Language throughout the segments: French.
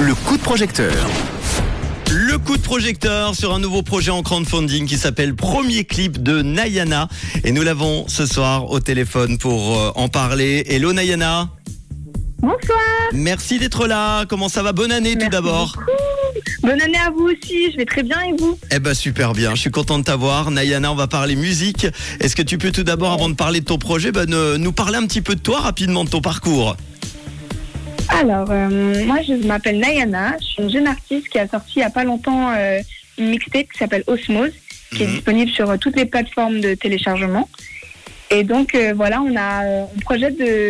Le coup de projecteur. Le coup de projecteur sur un nouveau projet en crowdfunding qui s'appelle Premier Clip de Nayana. Et nous l'avons ce soir au téléphone pour en parler. Hello Nayana. Bonsoir. Merci d'être là. Comment ça va? Bonne année tout d'abord. Beaucoup. Bonne année à vous aussi. Je vais très bien et vous? Eh ben super bien. Je suis content de t'avoir. Nayana, on va parler musique. Est-ce que tu peux tout d'abord, avant de parler de ton projet, nous parler un petit peu de toi rapidement, de ton parcours? Alors, moi je m'appelle Nayana. Je suis une jeune artiste qui a sorti il n'y a pas longtemps une mixtape qui s'appelle Osmose, qui est disponible sur toutes les plateformes de téléchargement. Et donc voilà, on a un projet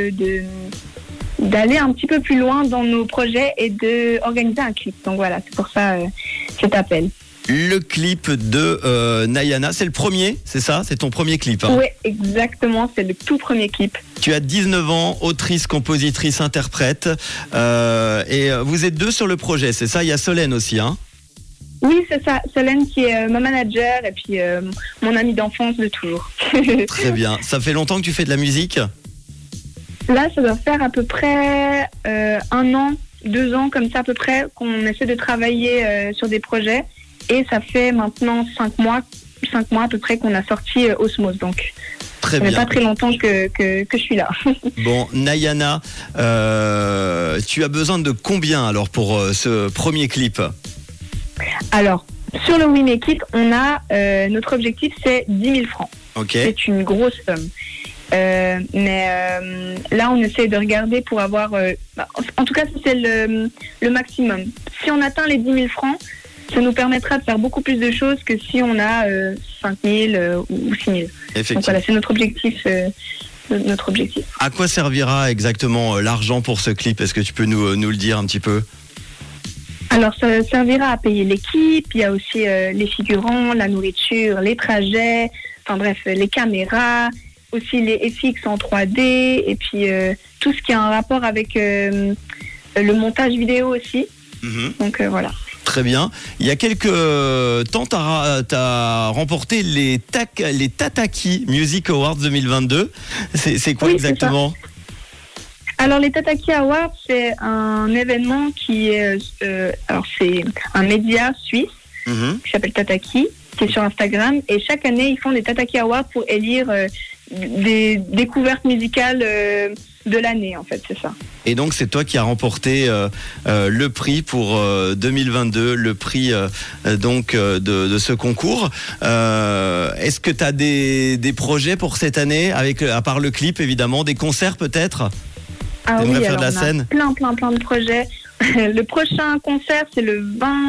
d'aller un petit peu plus loin dans nos projets et d'organiser un clip. Donc voilà, c'est pour ça cet appel. Le clip de Nayana, c'est le premier, c'est ça? C'est ton premier clip, hein? Oui, exactement, c'est le tout premier clip. Tu as 19 ans, autrice, compositrice, interprète, et vous êtes deux sur le projet, c'est ça? Il y a Solène aussi, hein? Oui, c'est ça, Solène qui est ma manager et puis mon amie d'enfance de toujours. Très bien. Ça fait longtemps que tu fais de la musique? Là, ça doit faire à peu près 1 an, 2 ans, comme ça à peu près, qu'on essaie de travailler sur des projets. Et ça fait maintenant 5 mois à peu près qu'on a sorti Osmose. Donc, très ça bien. fait pas très longtemps que je suis là. Bon, Nayana, tu as besoin de combien alors pour ce premier clip? Alors, sur le We Make It, on a notre objectif, c'est 10 000 francs. Ok. C'est une grosse somme. Mais là, on essaie de regarder pour avoir... en tout cas, c'est le maximum. Si on atteint les 10 000 francs, ça nous permettra de faire beaucoup plus de choses que si on a 5 000 ou 6 000. Effectivement. Donc voilà, c'est notre objectif. Notre objectif. À quoi servira exactement l'argent pour ce clip? Est-ce que tu peux nous le dire un petit peu? Alors, ça servira à payer l'équipe. Il y a aussi les figurants, la nourriture, les trajets, enfin bref, les caméras, aussi les FX en 3D, et puis tout ce qui a un rapport avec le montage vidéo aussi. Donc voilà. Très bien. Il y a quelques temps, tu as remporté les Tataki Music Awards 2022. C'est quoi exactement? Alors, les Tataki Awards, c'est un événement qui est... alors, c'est un média suisse qui s'appelle Tataki, qui est sur Instagram. Et chaque année, ils font des Tataki Awards pour élire des découvertes musicales de l'année, en fait, c'est ça. Et donc, c'est toi qui as remporté le prix pour 2022, le prix de ce concours. Est-ce que tu as des projets pour cette année, à part le clip, évidemment, des concerts peut-être? Ah oui, faire alors de la on scène? a plein de projets. Le prochain concert, c'est le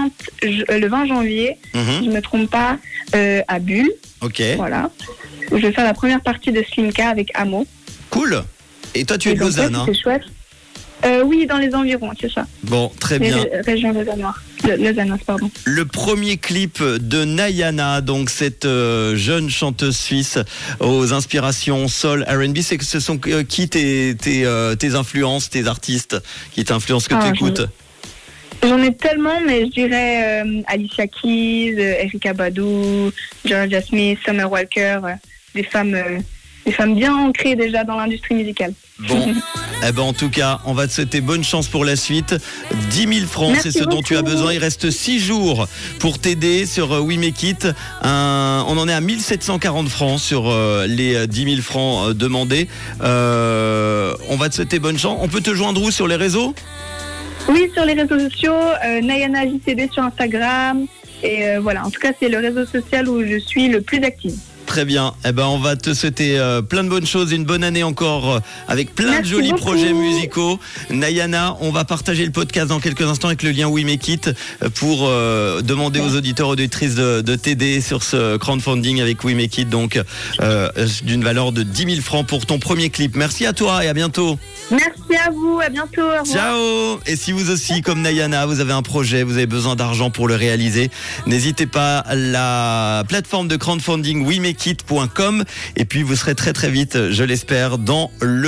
20 janvier, si je ne me trompe pas, à Bulle. Ok. Voilà. Où je vais faire la première partie de Slimka avec Amo. Cool. Et toi, tu es de Lausanne, hein? C'est chouette. Oui, dans les environs, c'est ça. Bon, très bien. Région lausannoise, pardon. Le premier clip de Nayana, donc cette jeune chanteuse suisse aux inspirations soul, R&B, ce sont qui tes influences, tes artistes qui t'influencent, que tu écoutes? J'en ai tellement, mais je dirais Alicia Keys, Erykah Badu, Georgia Smith, Summer Walker, des femmes bien ancrées déjà dans l'industrie musicale. Bon, eh ben en tout cas, on va te souhaiter bonne chance pour la suite. 10 000 francs, c'est ce dont tu as besoin. Il reste 6 jours pour t'aider sur We Make It. On en est à 1740 francs sur les 10 000 francs demandés. On va te souhaiter bonne chance. On peut te joindre où sur les réseaux? Oui, sur les réseaux sociaux, Nayana JCD sur Instagram. Et voilà, en tout cas, c'est le réseau social où je suis le plus active. Très bien. Eh ben, on va te souhaiter plein de bonnes choses, une bonne année encore avec plein de jolis projets musicaux. Nayana, on va partager le podcast dans quelques instants avec le lien We Make It pour demander aux auditeurs, auditrices de t'aider sur ce crowdfunding avec We Make It, donc d'une valeur de 10 000 francs pour ton premier clip. Merci à toi et à bientôt. Merci à vous, à bientôt. Au revoir. Ciao. Et si vous aussi, comme Nayana, vous avez un projet, vous avez besoin d'argent pour le réaliser, n'hésitez pas, la plateforme de crowdfunding wemakeit.com, et puis vous serez très très vite, je l'espère, dans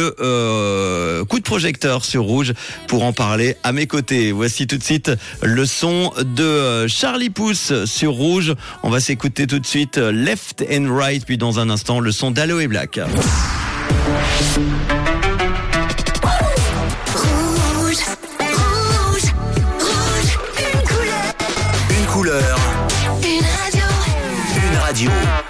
le coup de projecteur sur Rouge pour en parler à mes côtés. Voici tout de suite le son de Charlie Puth sur Rouge. On va s'écouter tout de suite Left and Right, puis dans un instant le son d'Aloe Black. Rouge, rouge, rouge. Radio.